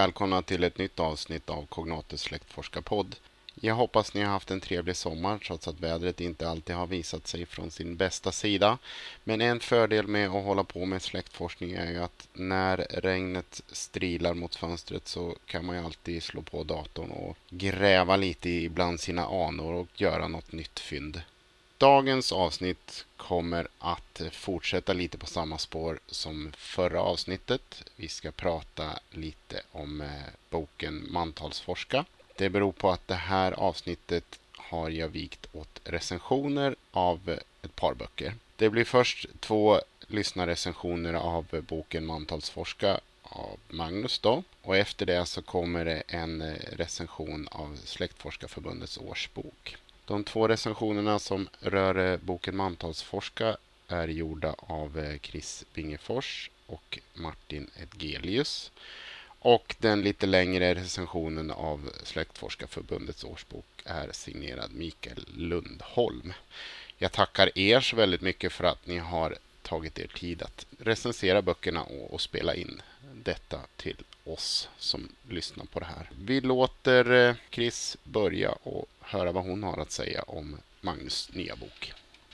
välkomna till ett nytt avsnitt av Cognatus släktforskarpodd. Jag hoppas ni har haft en trevlig sommar trots att vädret inte alltid har visat sig från sin bästa sida. Men en fördel med att hålla på med släktforskning är ju att när regnet strilar mot fönstret så kan man ju alltid slå på datorn och gräva lite ibland sina anor och göra något nytt fynd. Dagens avsnitt kommer att fortsätta lite på samma spår som förra avsnittet. Vi ska prata lite om boken Mantalsforska. Det beror på att det här avsnittet har jag vikt åt recensioner av ett par böcker. Det blir först 2 lyssnarrecensioner av boken Mantalsforska av Magnus då. Och efter det så kommer det en recension av Släktforskarförbundets årsbok. De 2 recensionerna som rör boken Mantalsforska är gjorda av Chris Bingefors och Martin Edgelius. Och den lite längre recensionen av Släktforskarförbundets årsbok är signerad Mikael Lundholm. Jag tackar er så väldigt mycket för att ni har tagit er tid att recensera böckerna och spela in detta till oss som lyssnar på det här. Vi låter Chris börja och höra vad hon har att säga om Magnus nya bok.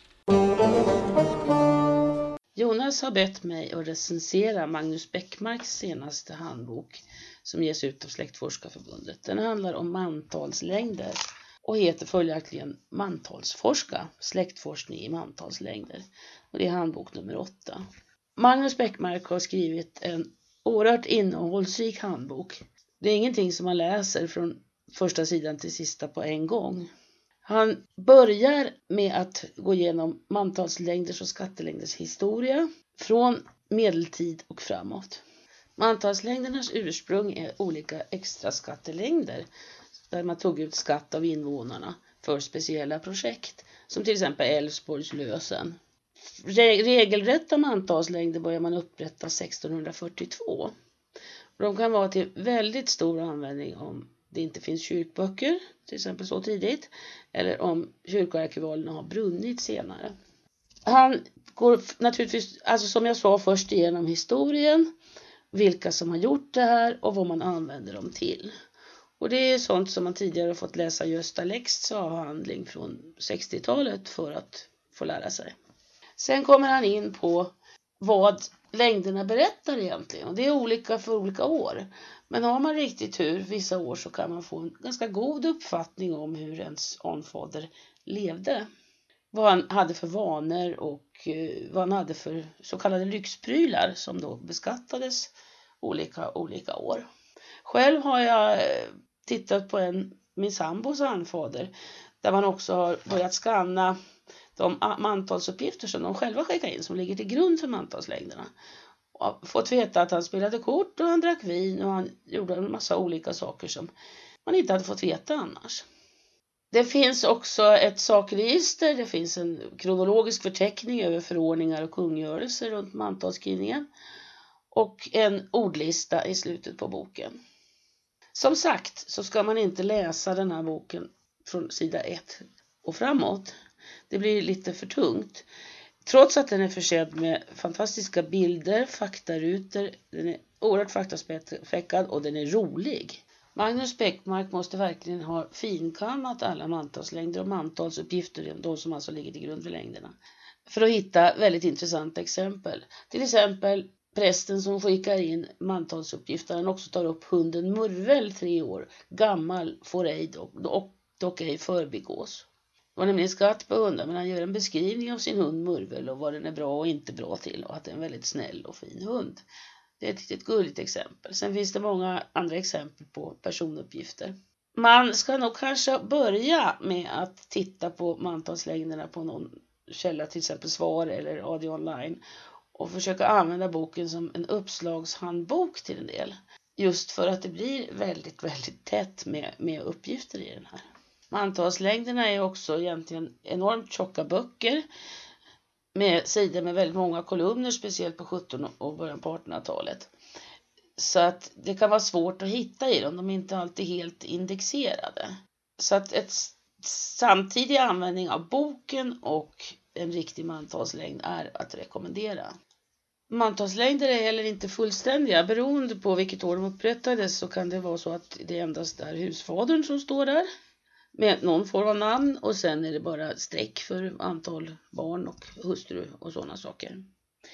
Jonas har bett mig att recensera Magnus Bäckmarks senaste handbok som ges ut av Släktforskarförbundet. Den handlar om mantalslängder och heter följaktligen Mantalsforska, släktforskning i mantalslängder. Och det är handbok nummer 8. Magnus Bäckmark har skrivit en oerhört innehållsrik handbok. Det är ingenting som man läser från första sidan till sista på en gång. Han börjar med att gå igenom mantalslängders och skattelängders historia från medeltid och framåt. Mantalslängdernas ursprung är olika extra skattelängder där man tog ut skatt av invånarna för speciella projekt som till exempel Älvsborgs lösen. Regelrätta mantalslängder börjar man upprätta 1642. De kan vara till väldigt stor användning om det inte finns kyrkböcker, till exempel så tidigt, eller om kyrkoarkivalerna har brunnit senare. Han går naturligtvis, alltså som jag sa, först igenom historien, vilka som har gjort det här och vad man använder dem till. Och det är sånt som man tidigare har fått läsa Gösta Lex avhandling från 60-talet för att få lära sig. Sen kommer han in på vad längderna berättar egentligen. Och det är olika för olika år. Men har man riktigt tur vissa år så kan man få en ganska god uppfattning om hur ens anfader levde. Vad han hade för vanor och vad han hade för så kallade lyxprylar som då beskattades olika år. Själv har jag tittat på min sambos anfader där man också har börjat skanna de mantalsuppgifter som de själva skickar in som ligger till grund för mantalslängderna. Och fått veta att han spelade kort och han drack vin och han gjorde en massa olika saker som man inte hade fått veta annars. Det finns också ett sakregister, det finns en kronologisk förteckning över förordningar och kungörelser runt mantalsskrivningen och en ordlista i slutet på boken. Som sagt så ska man inte läsa den här boken från sida 1 och framåt. Det blir lite för tungt. Trots att den är försedd med fantastiska bilder, faktarutor, den är oerhört faktaspäckad och den är rolig. Magnus Bäckmark måste verkligen ha finkannat alla mantalslängder och mantalsuppgifter, de som alltså ligger till grund för längderna, för att hitta väldigt intressanta exempel. Till exempel prästen som skickar in mantalsuppgifter, han också tar upp hunden Murvel, 3 år, gammal, får ej dock ej förbigås. Det var nämligen skatt på hundar, men han gör en beskrivning av sin hund Murvel och vad den är bra och inte bra till och att det är en väldigt snäll och fin hund. Det är ett gulligt exempel. Sen finns det många andra exempel på personuppgifter. Man ska nog kanske börja med att titta på mantalslängderna på någon källa, till exempel Svar eller AD Online, och försöka använda boken som en uppslagshandbok till en del. Just för att det blir väldigt, väldigt tätt med uppgifter i den här. Mantalslängderna är också egentligen enormt tjocka böcker med sidor med väldigt många kolumner, speciellt på 1700- och början på 1800-talet. Så att det kan vara svårt att hitta i dem, de är inte alltid helt indexerade. Så att ett samtidig användning av boken och en riktig mantalslängd är att rekommendera. Mantalslängder är heller inte fullständiga. Beroende på vilket år de upprättades så kan det vara så att det endast är husfadern som står där med någon form av namn, och sen är det bara streck för antal barn och hustru och sådana saker.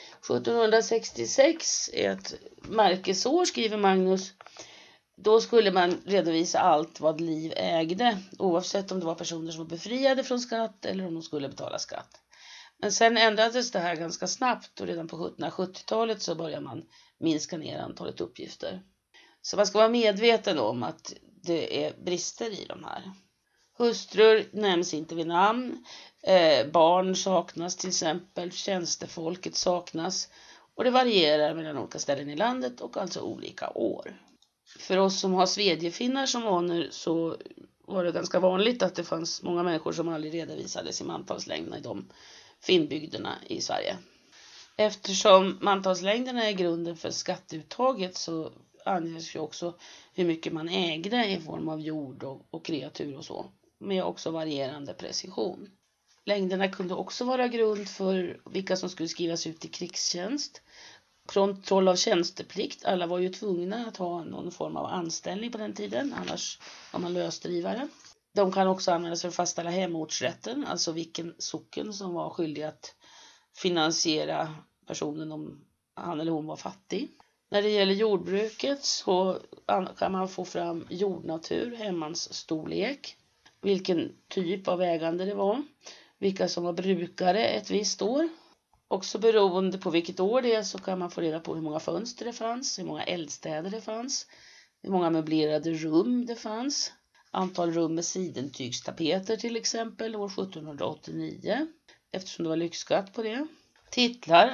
1766 är ett märkesår, skriver Magnus. Då skulle man redovisa allt vad liv ägde, oavsett om det var personer som var befriade från skatt eller om de skulle betala skatt. Men sen ändrades det här ganska snabbt, och redan på 1770-talet så började man minska ner antalet uppgifter. Så man ska vara medveten om att det är brister i de här. Hustrur nämns inte vid namn, barn saknas till exempel, tjänstefolket saknas, och det varierar mellan olika ställen i landet och alltså olika år. För oss som har svedjefinnar som aner så var det ganska vanligt att det fanns många människor som aldrig redovisade sin mantalslängd i de finnbygderna i Sverige. Eftersom mantalslängderna är grunden för skatteuttaget så anges ju också hur mycket man ägde i form av jord och kreatur och så, med också varierande precision. Längderna kunde också vara grund för vilka som skulle skrivas ut i krigstjänst. Kontroll av tjänsteplikt, alla var ju tvungna att ha någon form av anställning på den tiden, annars var man lösdrivare. De kan också användas för att fastställa hemortsrätten, alltså vilken socken som var skyldig att finansiera personen om han eller hon var fattig. När det gäller jordbruket så kan man få fram jordnatur, hemmans storlek, vilken typ av ägande det var, vilka som var brukare ett visst år. Också beroende på vilket år det är så kan man få reda på hur många fönster det fanns, hur många eldstäder det fanns, hur många möblerade rum det fanns, antal rum med sidentygstapeter till exempel år 1789, eftersom det var lyxskatt på det. Titlar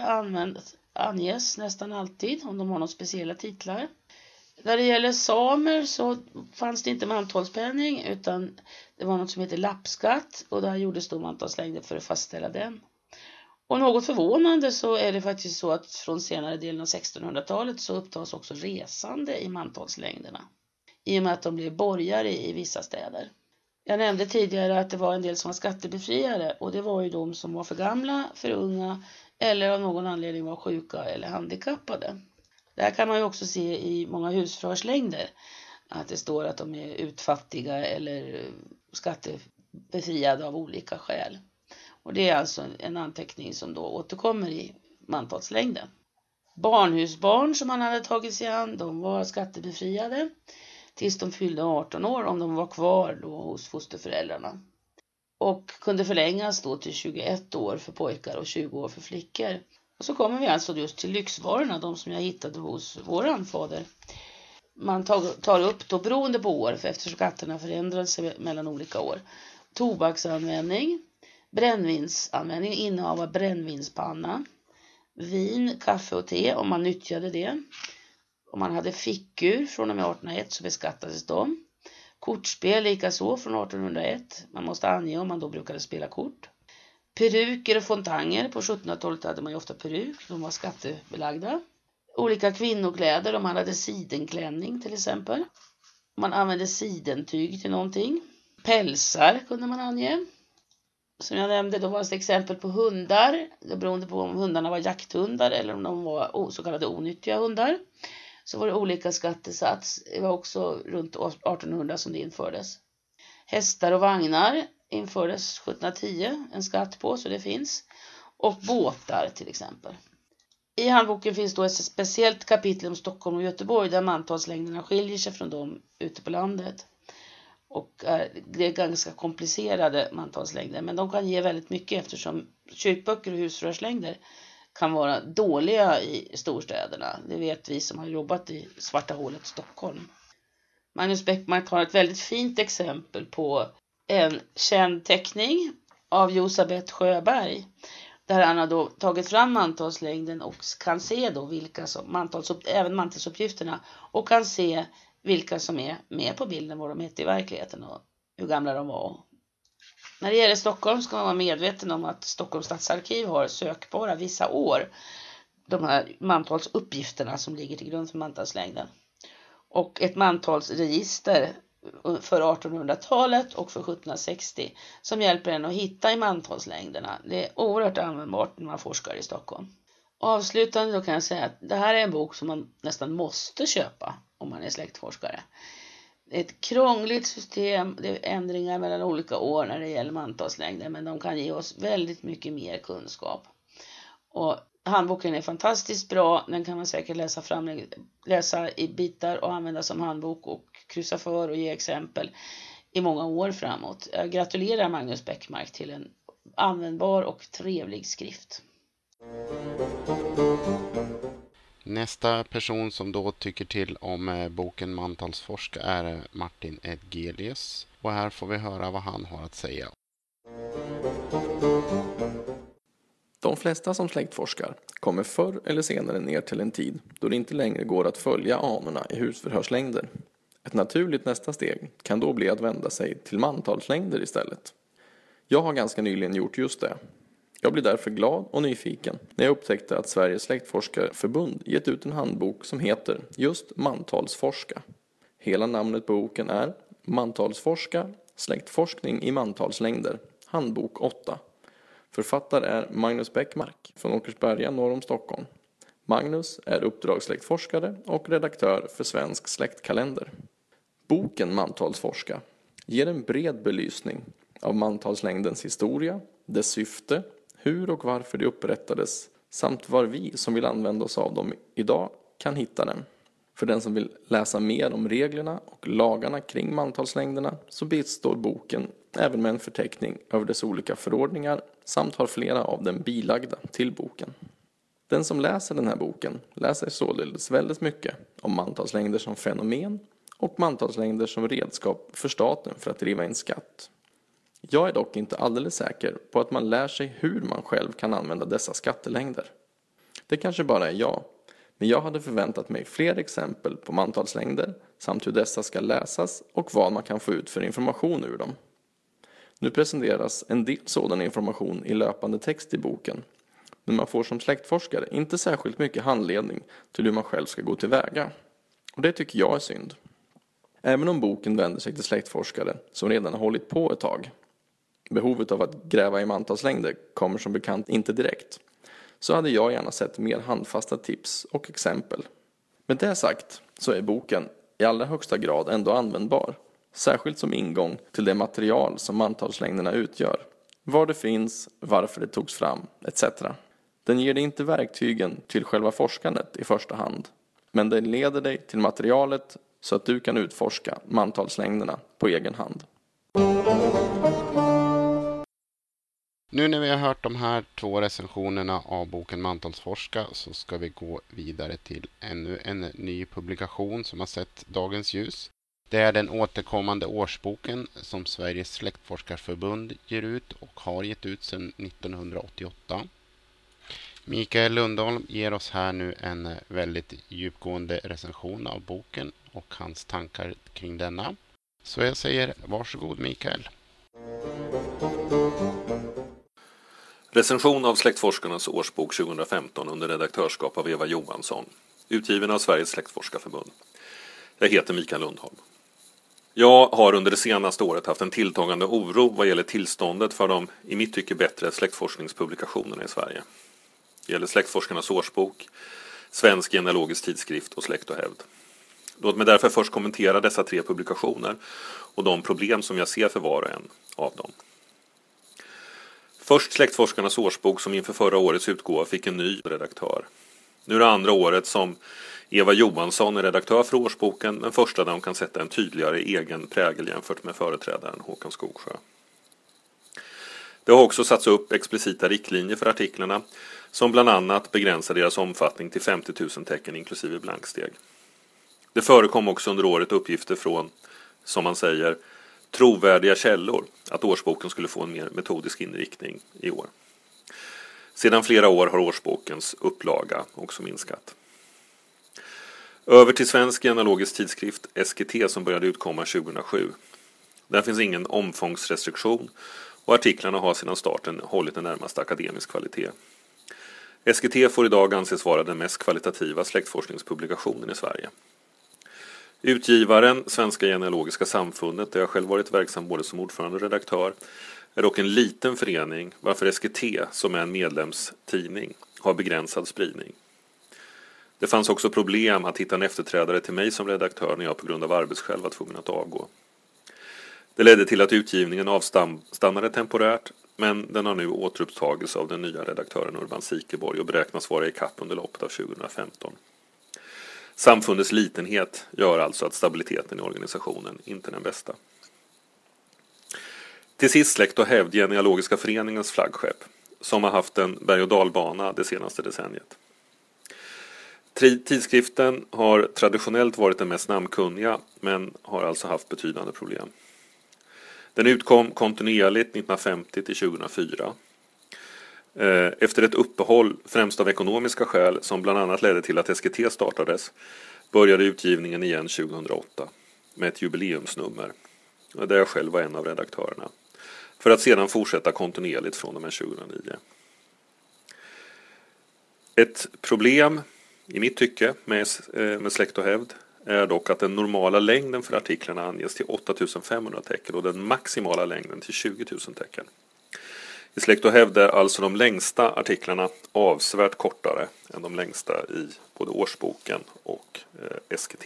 anges nästan alltid om de har några speciella titlar. När det gäller samer så fanns det inte mantalspenning utan det var något som heter lappskatt, och där gjordes då mantalslängder för att fastställa den. Och något förvånande så är det faktiskt så att från senare delen av 1600-talet så upptas också resande i mantalslängderna, i och med att de blev borgare i vissa städer. Jag nämnde tidigare att det var en del som var skattebefriade, och det var ju de som var för gamla, för unga eller av någon anledning var sjuka eller handikappade. Det här kan man ju också se i många husförhörslängder, att det står att de är utfattiga eller skattebefriade av olika skäl. Och det är alltså en anteckning som då återkommer i mantalslängden. Barnhusbarn som man hade tagit sig an, de var skattebefriade tills de fyllde 18 år om de var kvar då hos fosterföräldrarna. Och kunde förlängas då till 21 år för pojkar och 20 år för flickor. Och så kommer vi alltså just till lyxvarorna, de som jag hittade hos våran fader. Man tar upp då beroende på år, för eftersom skatterna förändrade sig mellan olika år. Tobaksanvändning, brännvinsanvändning, innehav av brännvinspanna, vin, kaffe och te om man nyttjade det. Om man hade fickur från och med 1801 så beskattades de. Kortspel likaså från 1801. Man måste ange om man då brukade spela kort. Peruker och fontanger. På 1700-talet hade man ju ofta peruk. De var skattebelagda. Olika kvinnokläder. Om man hade sidenklänning till exempel. Man använde sidentyg till någonting. Pälsar kunde man ange. Som jag nämnde, då var det ett exempel på hundar. Det beroende på om hundarna var jakthundar eller om de var så kallade onyttiga hundar. Så var det olika skattesats. Det var också runt 1800 som det infördes. Hästar och vagnar infördes 1710, en skatt på, så det finns. Och båtar till exempel. I handboken finns då ett speciellt kapitel om Stockholm och Göteborg där mantalslängderna skiljer sig från dem ute på landet. Och det är ganska komplicerade mantalslängder, men de kan ge väldigt mycket eftersom kyrkböcker och husförhörslängder kan vara dåliga i storstäderna. Det vet vi som har jobbat i Svarta hålet Stockholm. Magnus Beckmark har ett väldigt fint exempel på en känd teckning av Josabeth Sjöberg. Där han har då tagit fram mantalslängden och kan se då vilka som även mantalsuppgifterna, och kan se vilka som är med på bilden, vad de heter i verkligheten och hur gamla de var. När det gäller Stockholm ska man vara medveten om att Stockholms stadsarkiv har sökbara vissa år, de här mantalsuppgifterna som ligger till grund för mantalslängden. Och ett mantalsregister för 1800-talet och för 1760 som hjälper en att hitta i mantalslängderna. Det är oerhört användbart när man forskar i Stockholm. Avslutande då kan jag säga att det här är en bok som man nästan måste köpa om man är släktforskare. Det är ett krångligt system, det är ändringar mellan olika år när det gäller mantalslängder, men de kan ge oss väldigt mycket mer kunskap. Och handboken är fantastiskt bra, den kan man säkert läsa i bitar och använda som handbok och kryssa för och ge exempel i många år framåt. Jag gratulerar Magnus Bäckmark till en användbar och trevlig skrift. Nästa person som då tycker till om boken Mantalsforska är Martin Edgelius. Och här får vi höra vad han har att säga. De flesta som släktforskar kommer förr eller senare ner till en tid då det inte längre går att följa anorna i husförhörslängder. Ett naturligt nästa steg kan då bli att vända sig till mantalslängder istället. Jag har ganska nyligen gjort just det. Jag blev därför glad och nyfiken när jag upptäckte att Sveriges släktforskarförbund gett ut en handbok som heter just Mantalsforska. Hela namnet på boken är Mantalsforska, släktforskning i mantalslängder, handbok 8. Författare är Magnus Bäckmark från Åkersberga norr om Stockholm. Magnus är uppdragssläktforskare och redaktör för Svensk släktkalender. Boken Mantalsforska ger en bred belysning av mantalslängdens historia, dess syfte, hur och varför det upprättades samt var vi som vill använda oss av dem idag kan hitta den. För den som vill läsa mer om reglerna och lagarna kring mantalslängderna så bistår boken även med en förteckning över dess olika förordningar samt har flera av dem bilagda till boken. Den som läser den här boken läser således väldigt mycket om mantalslängder som fenomen och mantalslängder som redskap för staten för att driva in skatt. Jag är dock inte alldeles säker på att man lär sig hur man själv kan använda dessa skattelängder. Det kanske bara är jag, men jag hade förväntat mig fler exempel på mantalslängder samt hur dessa ska läsas och vad man kan få ut för information ur dem. Nu presenteras en del sådan information i löpande text i boken, men man får som släktforskare inte särskilt mycket handledning till hur man själv ska gå tillväga. Och det tycker jag är synd. Även om boken vänder sig till släktforskare som redan har hållit på ett tag. Behovet av att gräva i mantalslängder kommer som bekant inte direkt. Så hade jag gärna sett mer handfasta tips och exempel. Med det sagt så är boken i allra högsta grad ändå användbar. Särskilt som ingång till det material som mantalslängderna utgör. Var det finns, varför det togs fram, etc. Den ger dig inte verktygen till själva forskandet i första hand. Men den leder dig till materialet så att du kan utforska mantalslängderna på egen hand. Nu när vi har hört de här 2 recensionerna av boken Mantalsforska så ska vi gå vidare till ännu en ny publikation som har sett dagens ljus. Det är den återkommande årsboken som Sveriges släktforskarförbund ger ut och har gett ut sedan 1988. Mikael Lundholm ger oss här nu en väldigt djupgående recension av boken och hans tankar kring denna. Så jag säger varsågod Mikael. Recension av Släktforskarnas årsbok 2015 under redaktörskap av Eva Johansson. Utgiven av Sveriges släktforskarförbund. Jag heter Mikael Lundholm. Jag har under det senaste året haft en tilltagande oro vad gäller tillståndet för de i mitt tycke bättre släktforskningspublikationerna i Sverige. Det gäller Släktforskarnas årsbok, Svensk genealogisk tidskrift och Släkt och hävd. Låt mig därför först kommentera dessa 3 publikationer och de problem som jag ser för var och en av dem. Först Släktforskarnas årsbok som inför förra årets utgåva fick en ny redaktör. Nu är det andra året som Eva Johansson är redaktör för årsboken, den första där hon kan sätta en tydligare egen prägel jämfört med företrädaren Håkan Skogsjö. Det har också satts upp explicita riktlinjer för artiklarna som bland annat begränsar deras omfattning till 50 000 tecken inklusive blanksteg. Det förekom också under året uppgifter från, som man säger, trovärdiga källor att årsboken skulle få en mer metodisk inriktning i år. Sedan flera år har årsbokens upplaga också minskat. Över till Svensk genealogisk tidskrift SGT som började utkomma 2007. Där finns ingen omfångsrestriktion och artiklarna har sedan starten hållit en närmast akademisk kvalitet. SGT får idag anses vara den mest kvalitativa släktforskningspublikationen i Sverige. Utgivaren, Svenska genealogiska samfundet, där jag själv varit verksam både som ordförande och redaktör, är dock en liten förening varför SGT, som är en medlemstidning, har begränsad spridning. Det fanns också problem att hitta en efterträdare till mig som redaktör när jag på grund av arbetsskäl var tvungen att avgå. Det ledde till att utgivningen avstannade temporärt, men den har nu återupptagits av den nya redaktören Urban Sikeborg och beräknas vara i kapp under loppet av 2015. Samfundets litenhet gör alltså att stabiliteten i organisationen inte är den bästa. Till sist Släkt och hävd, Genealogiska föreningens flaggskepp, som har haft en berg- och dalbana det senaste decenniet. Tidskriften har traditionellt varit den mest namnkunniga, men har alltså haft betydande problem. Den utkom kontinuerligt 1950 till 2004. Efter ett uppehåll, främst av ekonomiska skäl som bland annat ledde till att SKT startades, började utgivningen igen 2008 med ett jubileumsnummer, där jag själv var en av redaktörerna, för att sedan fortsätta kontinuerligt från och med 2009. Ett problem i mitt tycke med Släkt och hävd är dock att den normala längden för artiklarna anges till 8500 tecken och den maximala längden till 20 000 tecken. I Släkt och hävd är alltså de längsta artiklarna avsevärt kortare än de längsta i både årsboken och SKT.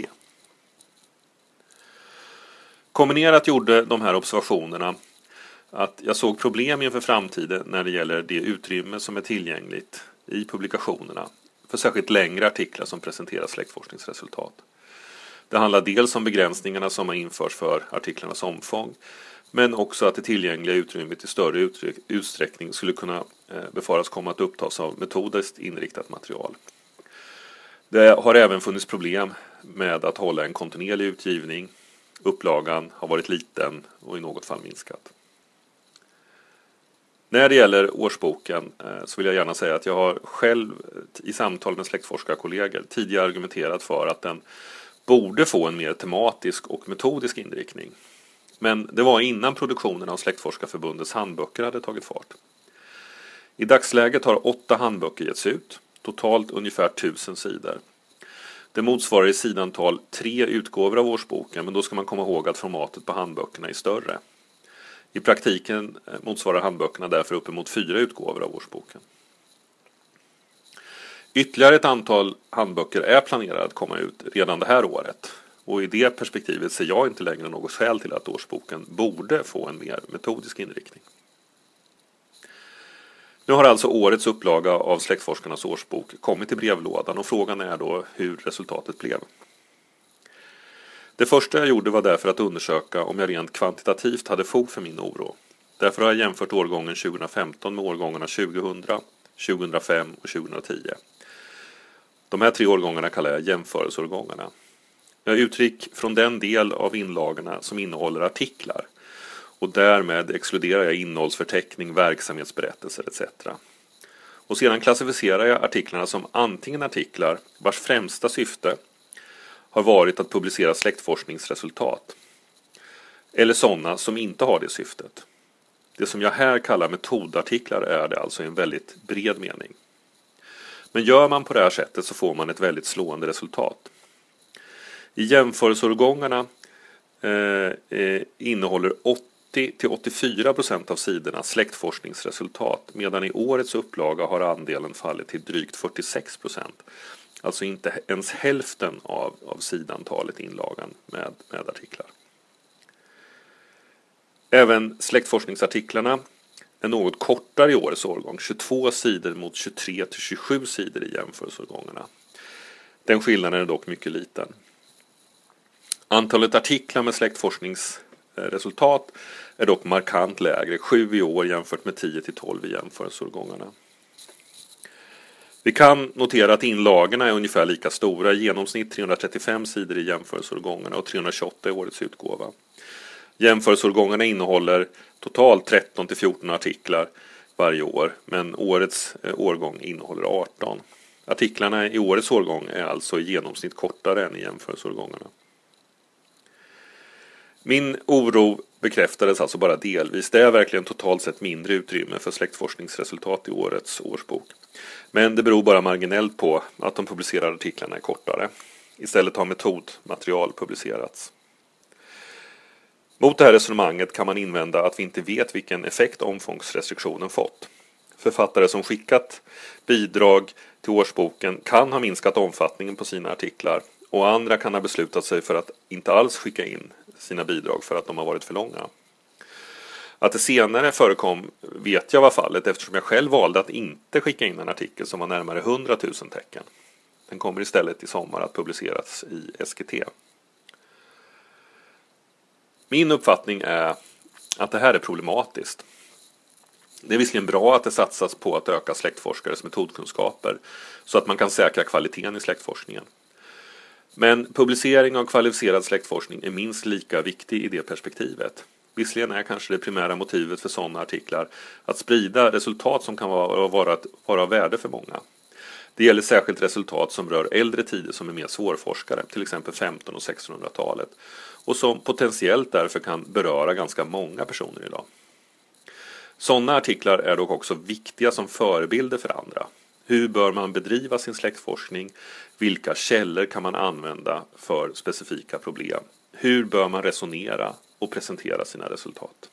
Kombinerat gjorde de här observationerna att jag såg problem inför framtiden när det gäller det utrymme som är tillgängligt i publikationerna för särskilt längre artiklar som presenterar släktforskningsresultat. Det handlar dels om begränsningarna som har införts för artiklarnas omfång, men också att det tillgängliga utrymmet i större utsträckning skulle kunna befaras komma att upptas av metodiskt inriktat material. Det har även funnits problem med att hålla en kontinuerlig utgivning. Upplagan har varit liten och i något fall minskat. När det gäller årsboken så vill jag gärna säga att jag har själv i samtal med släktforskarkollegor tidigare argumenterat för att den borde få en mer tematisk och metodisk inriktning. Men det var innan produktionen av Släktforskarförbundets handböcker hade tagit fart. I dagsläget har 8 handböcker getts ut, totalt ungefär 1000 sidor. Det motsvarar i sidantal 3 utgåvor av årsboken, men då ska man komma ihåg att formatet på handböckerna är större. I praktiken motsvarar handböckerna därför uppemot 4 utgåvor av årsboken. Ytterligare ett antal handböcker är planerade att komma ut redan det här året. Och i det perspektivet ser jag inte längre något skäl till att årsboken borde få en mer metodisk inriktning. Nu har alltså årets upplaga av Släktforskarnas årsbok kommit i brevlådan och frågan är då hur resultatet blev. Det första jag gjorde var därför att undersöka om jag rent kvantitativt hade fog för min oro. Därför har jag jämfört årgången 2015 med årgångarna 2000, 2005 och 2010. De här 3 årgångarna kallar jag jämförelseårgångarna. Jag utgick från den del av inlagorna som innehåller artiklar och därmed exkluderar jag innehållsförteckning, verksamhetsberättelser etc. Och sedan klassificerar jag artiklarna som antingen artiklar vars främsta syfte har varit att publicera släktforskningsresultat eller sådana som inte har det syftet. Det som jag här kallar metodartiklar är det alltså i en väldigt bred mening. Men gör man på det här sättet så får man ett väldigt slående resultat. I jämförelseårgångarna innehåller 80-84% av sidorna släktforskningsresultat, medan i årets upplaga har andelen fallit till drygt 46%. Alltså inte ens hälften av sidantalet inlagan med artiklar. Även släktforskningsartiklarna är något kortare i årets årgång, 22 sidor mot 23-27 sidor i jämförelseårgångarna. Den skillnaden är dock mycket liten. Antalet artiklar med släktforskningsresultat är dock markant lägre, 7 i år jämfört med 10-12 i jämförelseårgångarna. Vi kan notera att inlagorna är ungefär lika stora, i genomsnitt 335 sidor i jämförelseårgångarna och 328 i årets utgåva. Jämförelseårgångarna innehåller totalt 13-14 artiklar varje år, men årets årgång innehåller 18. Artiklarna i årets årgång är alltså i genomsnitt kortare än i jämförelseårgångarna. Min oro bekräftades alltså bara delvis. Det är verkligen totalt sett mindre utrymme för släktforskningsresultat i årets årsbok. Men det beror bara marginellt på att de publicerade artiklarna är kortare. Istället har metodmaterial publicerats. Mot det här resonemanget kan man invända att vi inte vet vilken effekt omfångsrestriktionen fått. Författare som skickat bidrag till årsboken kan ha minskat omfattningen på sina artiklar och andra kan ha beslutat sig för att inte alls skicka in sina bidrag för att de har varit för långa. Att det senare förekom vet jag var fallet eftersom jag själv valde att inte skicka in en artikel som var närmare 100 000 tecken. Den kommer istället i sommar att publiceras i SKT. Min uppfattning är att det här är problematiskt. Det är visserligen bra att det satsas på att öka släktforskares metodkunskaper så att man kan säkra kvaliteten i släktforskningen. Men publicering av kvalificerad släktforskning är minst lika viktig i det perspektivet. Visserligen är kanske det primära motivet för sådana artiklar att sprida resultat som kan vara av värde för många. Det gäller särskilt resultat som rör äldre tider som är mer svårforskade, till exempel 1500- och 1600-talet, och som potentiellt därför kan beröra ganska många personer idag. Sådana artiklar är dock också viktiga som förebilder för andra. Hur bör man bedriva sin släktforskning? Vilka källor kan man använda för specifika problem? Hur bör man resonera och presentera sina resultat?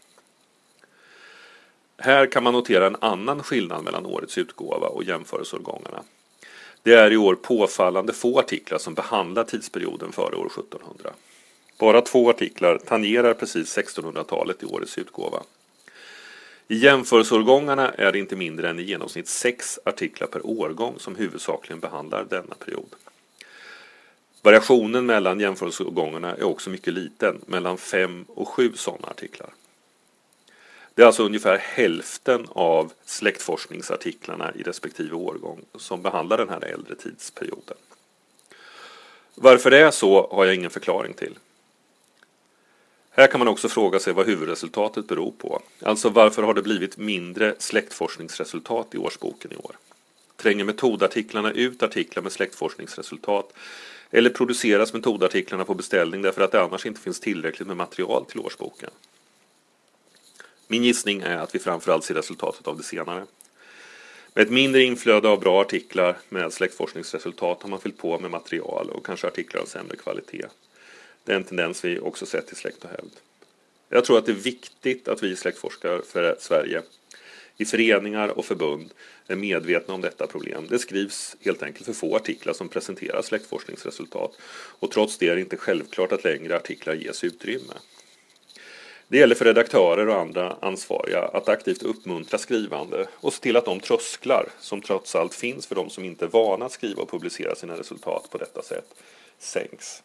Här kan man notera en annan skillnad mellan årets utgåva och jämförelseårgångarna. Det är i år påfallande få artiklar som behandlar tidsperioden före år 1700. Bara 2 artiklar tangerar precis 1600-talet i årets utgåva. I jämförelseårgångarna är det inte mindre än i genomsnitt 6 artiklar per årgång som huvudsakligen behandlar denna period. Variationen mellan jämförelseårgångarna är också mycket liten, mellan 5 och 7 sådana artiklar. Det är alltså ungefär hälften av släktforskningsartiklarna i respektive årgång som behandlar den här äldre tidsperioden. Varför det är så har jag ingen förklaring till. Här kan man också fråga sig vad huvudresultatet beror på. Alltså varför har det blivit mindre släktforskningsresultat i årsboken i år? Tränger metodartiklarna ut artiklar med släktforskningsresultat eller produceras metodartiklarna på beställning därför att det annars inte finns tillräckligt med material till årsboken? Min gissning är att vi framförallt ser resultatet av det senare. Med ett mindre inflöde av bra artiklar med släktforskningsresultat har man fyllt på med material och kanske artiklar av sämre kvalitet. Det är en tendens vi också sett i Släkt och hävd. Jag tror att det är viktigt att vi släktforskare för Sverige i föreningar och förbund är medvetna om detta problem. Det skrivs helt enkelt för få artiklar som presenterar släktforskningsresultat och trots det är det inte självklart att längre artiklar ges utrymme. Det gäller för redaktörer och andra ansvariga att aktivt uppmuntra skrivande och se till att de trösklar som trots allt finns för de som inte är vana att skriva och publicera sina resultat på detta sätt sänks.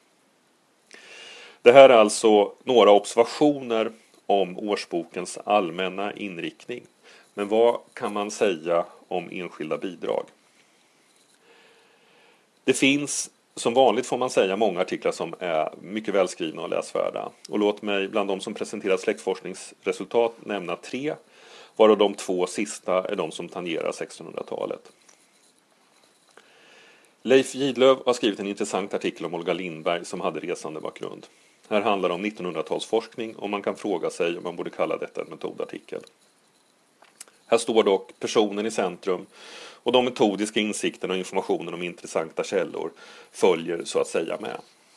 Det här är alltså några observationer om årsbokens allmänna inriktning. Men vad kan man säga om enskilda bidrag? Det finns, som vanligt får man säga, många artiklar som är mycket välskrivna och läsvärda. Och låt mig bland de som presenterar släktforskningsresultat nämna 3, varav de 2 sista är de som tangerar 1600-talet. Leif Gidlöv har skrivit en intressant artikel om Olga Lindberg som hade resande bakgrund. Här handlar det om 1900-talsforskning och man kan fråga sig om man borde kalla detta en metodartikel. Här står dock personen i centrum och de metodiska insikterna och informationen om intressanta källor följer så att säga med.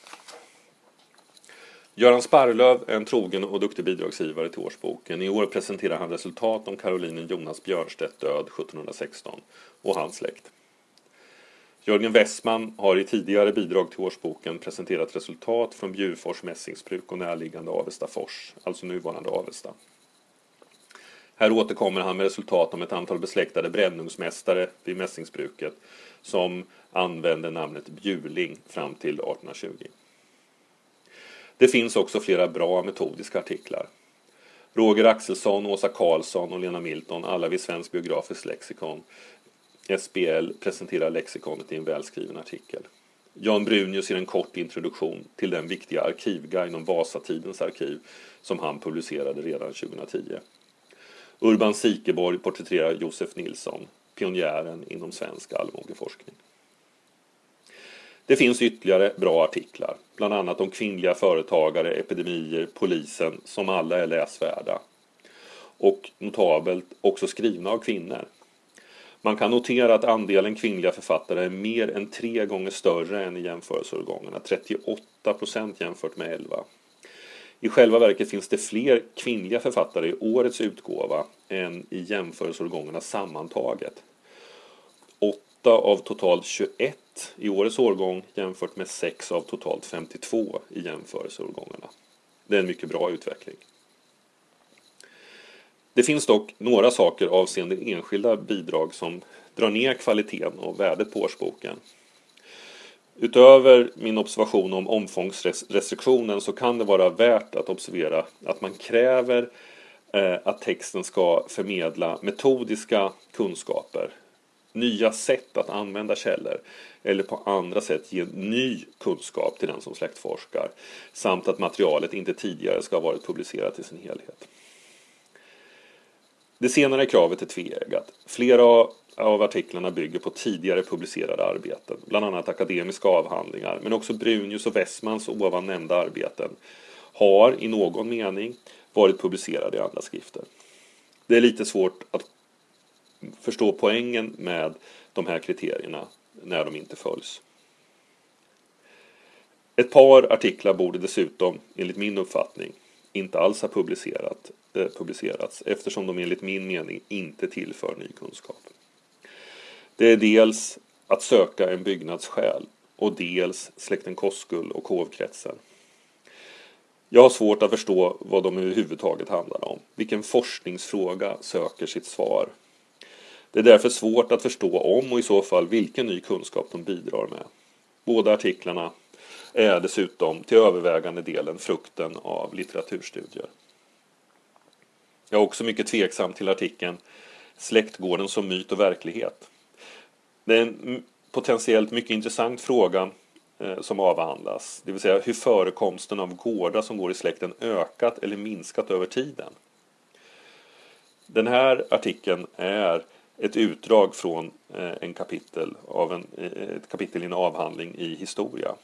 Göran Sparlöv är en trogen och duktig bidragsgivare till årsboken. I år presenterar han resultat om Karolinen Jonas Björnstedt död 1716 och hans släkt. Jörgen Westman har i tidigare bidrag till årsboken presenterat resultat från Bjurfors mässingsbruk och närliggande Avestafors, alltså nuvarande Avesta. Här återkommer han med resultat om ett antal besläktade brännugnsmästare vid mässingsbruket som använde namnet Bjurling fram till 1820. Det finns också flera bra metodiska artiklar. Roger Axelsson, Åsa Karlsson och Lena Milton, alla vid Svensk Biografisk Lexikon, SBL, presenterar lexikonet i en välskriven artikel. Jan Brunius ger en kort introduktion till den viktiga arkivguide om Vasatidens arkiv som han publicerade redan 2010. Urban Sikeborg porträtterar Josef Nilsson, pionjären inom svensk allmogeforskning. Det finns ytterligare bra artiklar, bland annat om kvinnliga företagare, epidemier, polisen, som alla är läsvärda. Och notabelt också skrivna av kvinnor. Man kan notera att andelen kvinnliga författare är mer än 3 gånger större än i jämförelseårgångarna, 38% jämfört med 11. I själva verket finns det fler kvinnliga författare i årets utgåva än i jämförelseårgångarna sammantaget. 8 av totalt 21 i årets årgång jämfört med 6 av totalt 52 i jämförelseårgångarna. Det är en mycket bra utveckling. Det finns dock några saker avseende enskilda bidrag som drar ner kvaliteten och värdet på årsboken. Utöver min observation om omfångsrestriktionen så kan det vara värt att observera att man kräver att texten ska förmedla metodiska kunskaper, nya sätt att använda källor eller på andra sätt ge ny kunskap till den som släktforskar, samt att materialet inte tidigare ska ha varit publicerat i sin helhet. Det senare kravet är tveeggat. Flera av artiklarna bygger på tidigare publicerade arbeten, bland annat akademiska avhandlingar, men också Brunius och Westmans ovan nämnda arbeten har i någon mening varit publicerade i andra skrifter. Det är lite svårt att förstå poängen med de här kriterierna när de inte följs. Ett par artiklar borde dessutom, enligt min uppfattning, inte alls ha publicerats eftersom de enligt min mening inte tillför ny kunskap. Det är dels att söka en byggnadssjäl och dels släkten Koskull och hovkretsen. Jag har svårt att förstå vad de överhuvudtaget handlar om. Vilken forskningsfråga söker sitt svar? Det är därför svårt att förstå om och i så fall vilken ny kunskap de bidrar med. Båda artiklarna är dessutom till övervägande delen frukten av litteraturstudier. Jag är också mycket tveksam till artikeln Släktgården som myt och verklighet. Det är en potentiellt mycket intressant fråga som avhandlas. Det vill säga hur förekomsten av gårdar som går i släkten ökat eller minskat över tiden. Den här artikeln är ett utdrag från ett kapitel i en avhandling i historia.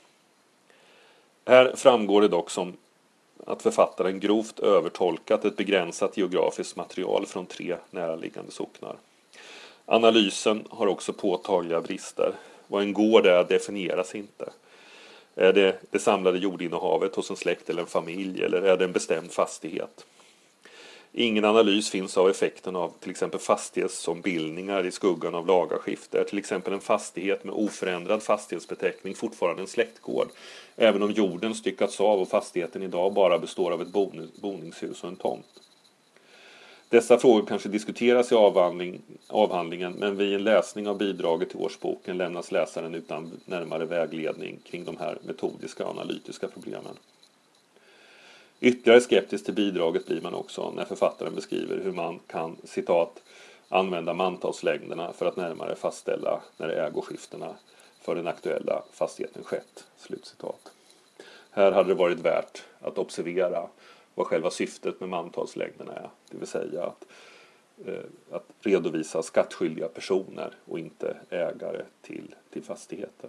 Här framgår det dock som att författaren grovt övertolkat ett begränsat geografiskt material från 3 näraliggande socknar. Analysen har också påtagliga brister. Vad en gård är definieras inte. Är det samlade jordinnehavet hos en släkt eller en familj, eller är det en bestämd fastighet? Ingen analys finns av effekten av till exempel fastighetsombildningar i skuggan av lagarskifte. Är till exempel en fastighet med oförändrad fastighetsbeteckning fortfarande en släktgård, även om jorden styckats av och fastigheten idag bara består av ett boningshus och en tomt. Dessa frågor kanske diskuteras i avhandlingen, men vid en läsning av bidraget till årsboken lämnas läsaren utan närmare vägledning kring de här metodiska och analytiska problemen. Ytterligare skeptisk till bidraget blir man också när författaren beskriver hur man kan, citat, använda mantalslängderna för att närmare fastställa när ägoskiftena för den aktuella fastigheten skett, slutcitat. Här hade det varit värt att observera vad själva syftet med mantalslängderna är, det vill säga att redovisa skattskyldiga personer och inte ägare till fastigheter.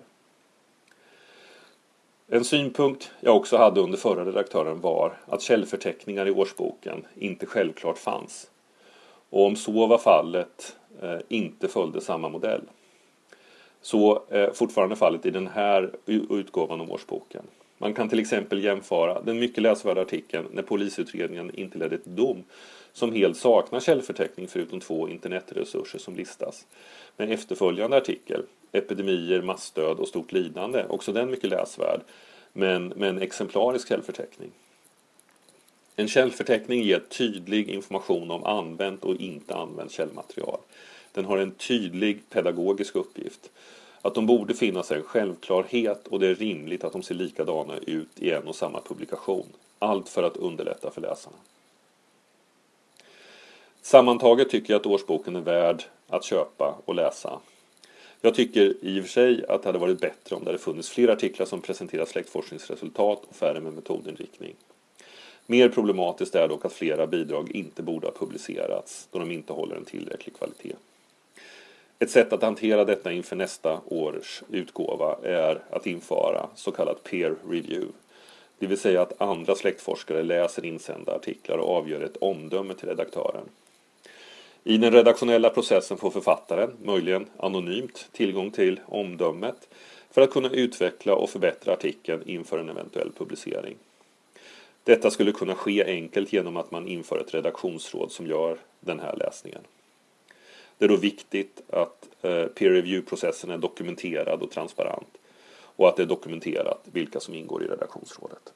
En synpunkt jag också hade under förra redaktören var att källförteckningar i årsboken inte självklart fanns. Och om så var fallet inte följde samma modell. Så är fortfarande fallet i den här utgåvan av årsboken. Man kan till exempel jämföra den mycket läsvärda artikeln när polisutredningen inte ledde till dom, som helt saknar källförteckning förutom 2 internetresurser som listas, med efterföljande artikel, epidemier, massdöd och stort lidande, också den mycket läsvärd, men med en exemplarisk källförteckning. En källförteckning ger tydlig information om använt och inte använt källmaterial. Den har en tydlig pedagogisk uppgift. Att de borde finnas är en självklarhet och det är rimligt att de ser likadana ut i en och samma publikation. Allt för att underlätta för läsarna. Sammantaget tycker jag att årsboken är värd att köpa och läsa. Jag tycker i och för sig att det hade varit bättre om det hade funnits fler artiklar som presenterar släktforskningsresultat och färre med metodinriktning. Mer problematiskt är dock att flera bidrag inte borde ha publicerats då de inte håller en tillräcklig kvalitet. Ett sätt att hantera detta inför nästa års utgåva är att införa så kallat peer review. Det vill säga att andra släktforskare läser insända artiklar och avgör ett omdöme till redaktören. I den redaktionella processen får författaren, möjligen anonymt, tillgång till omdömet för att kunna utveckla och förbättra artikeln inför en eventuell publicering. Detta skulle kunna ske enkelt genom att man inför ett redaktionsråd som gör den här läsningen. Det är då viktigt att peer review-processen är dokumenterad och transparent och att det är dokumenterat vilka som ingår i redaktionsrådet.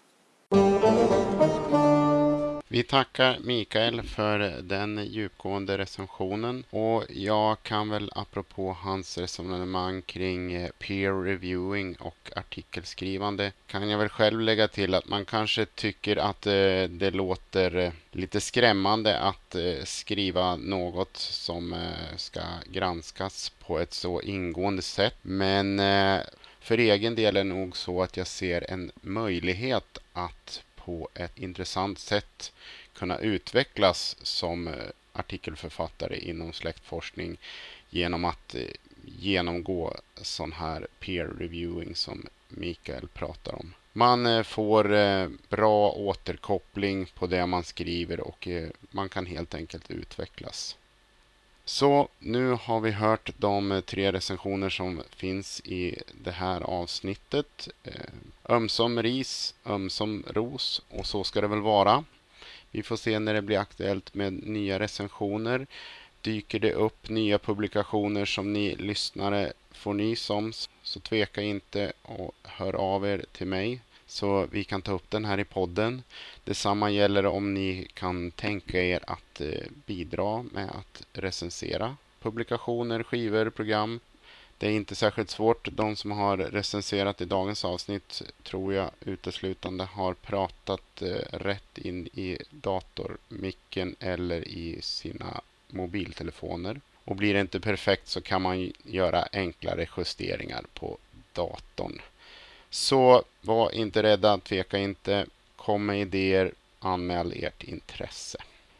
Vi tackar Mikael för den djupgående recensionen, och jag kan väl apropå hans resonemang kring peer reviewing och artikelskrivande kan jag väl själv lägga till att man kanske tycker att det låter lite skrämmande att skriva något som ska granskas på ett så ingående sätt, men för egen del är det nog så att jag ser en möjlighet att på ett intressant sätt kunna utvecklas som artikelförfattare inom släktforskning genom att genomgå sån här peer reviewing som Mikael pratar om. Man får bra återkoppling på det man skriver och man kan helt enkelt utvecklas. Så nu har vi hört de 3 recensioner som finns i det här avsnittet. Ömsom ris, ömsom ros, och så ska det väl vara. Vi får se när det blir aktuellt med nya recensioner. Dyker det upp nya publikationer som ni lyssnare får nys om, så tveka inte och hör av er till mig så vi kan ta upp den här i podden. Detsamma gäller om ni kan tänka er att bidra med att recensera publikationer, skivor, program. Det är inte särskilt svårt. De som har recenserat i dagens avsnitt tror jag uteslutande har pratat rätt in i datormicken eller i sina mobiltelefoner. Och blir det inte perfekt så kan man göra enklare justeringar på datorn. Så var inte rädda, tveka inte, kom med idéer, anmäl ert intresse.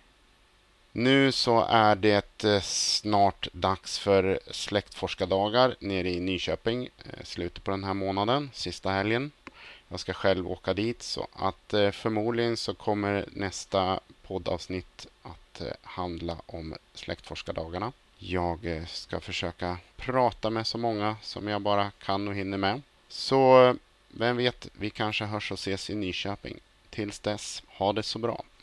Nu så är det snart dags för släktforskardagar nere i Nyköping, slutet på den här månaden, sista helgen. Jag ska själv åka dit, så att förmodligen så kommer nästa poddavsnitt att handla om släktforskardagarna. Jag ska försöka prata med så många som jag bara kan och hinner med. Så vem vet, vi kanske hörs och ses i Nyköping. Tills dess, ha det så bra.